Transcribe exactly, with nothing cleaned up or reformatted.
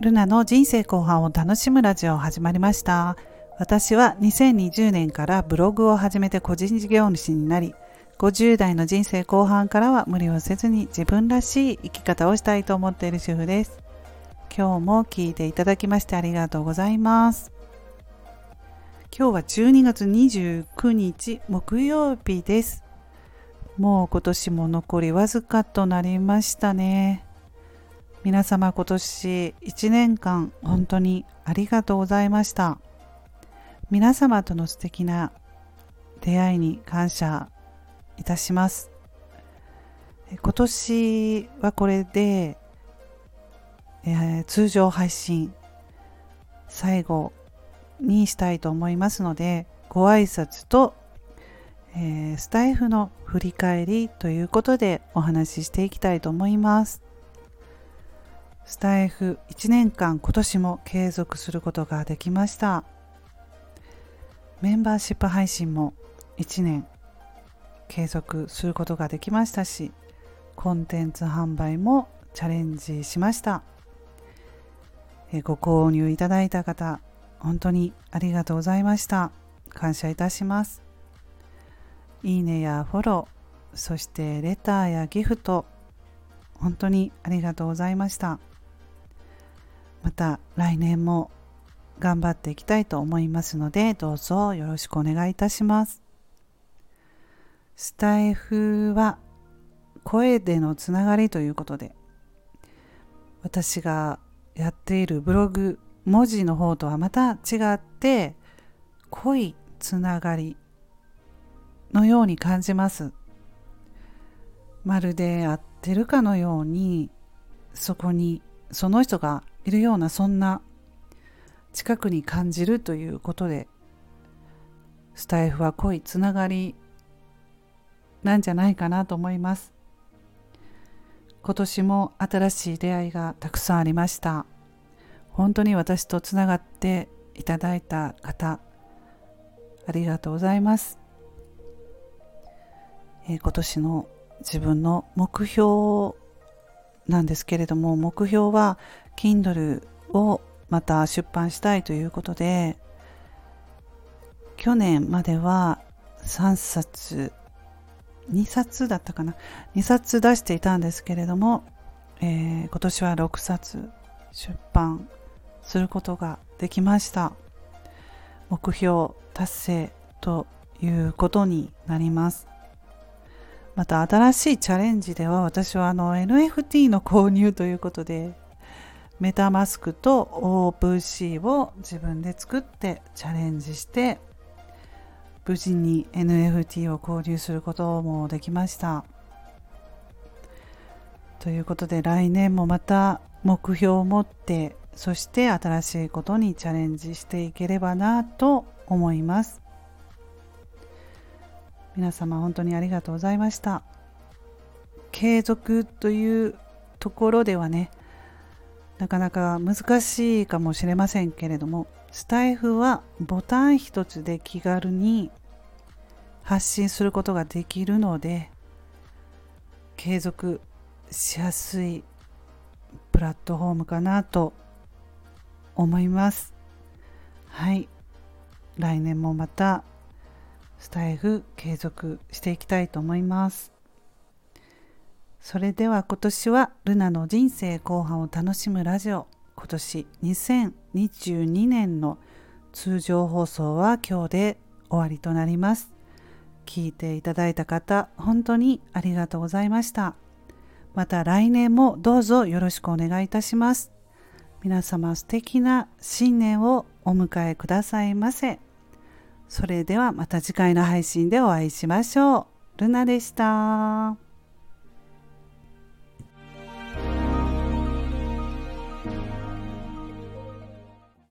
ルナの人生後半を楽しむラジオ始まりました。私はにせんにじゅうねんからブログを始めて個人事業主になり、ごじゅう代の人生後半からは無理をせずに自分らしい生き方をしたいと思っている主婦です。今日も聞いていただきましてありがとうございます。今日はじゅうにがつにじゅうくにち木曜日です。もう今年も残りわずかとなりましたね。皆様今年いちねんかん本当にありがとうございました。皆様との素敵な出会いに感謝いたします。今年はこれで、えー、通常配信最後にしたいと思いますので、ご挨拶と、えー、スタイフの振り返りということでお話ししていきたいと思います。スタイフいちねんかん今年も継続することができました。メンバーシップ配信もいちねん継続することができましたし、コンテンツ販売もチャレンジしました。えご購入いただいた方、本当にありがとうございました。感謝いたします。いいねやフォロー、そしてレターやギフト、本当にありがとうございました。また来年も頑張っていきたいと思いますので、どうぞよろしくお願いいたします。スタイフは声でのつながりということで、私がやっているブログ、文字の方とはまた違って濃いつながりのように感じます。まるで会ってるかのように、そこにその人がいるような、そんな近くに感じるということで、スタイフは濃いつながりなんじゃないかなと思います。今年も新しい出会いがたくさんありました。本当に私とつながっていただいた方、ありがとうございます。えー、今年の自分の目標なんですけれども、目標は Kindle をまた出版したいということで、去年まではさんさつ、にさつだったかな、にさつ出していたんですけれども、えー、今年はろくさつ出版することができました。目標達成ということになります。また新しいチャレンジでは、私はあの エヌエフティー の購入ということで、メタマスクとオープンシーを自分で作ってチャレンジして、無事に エヌエフティー を購入することもできました。ということで、来年もまた目標を持って、そして新しいことにチャレンジしていければなと思います。皆様本当にありがとうございました。継続というところではね、なかなか難しいかもしれませんけれども、スタイフはボタン一つで気軽に発信することができるので、継続しやすいプラットフォームかなと思います。はい、来年もまたスタイフ継続していきたいと思います。それでは今年はルナの人生後半を楽しむラジオ、今年にせんにじゅうにねんの通常放送は今日で終わりとなります。聞いていただいた方、本当にありがとうございました。また来年もどうぞよろしくお願いいたします。皆様素敵な新年をお迎えくださいませ。それではまた次回の配信でお会いしましょう。ルナでした。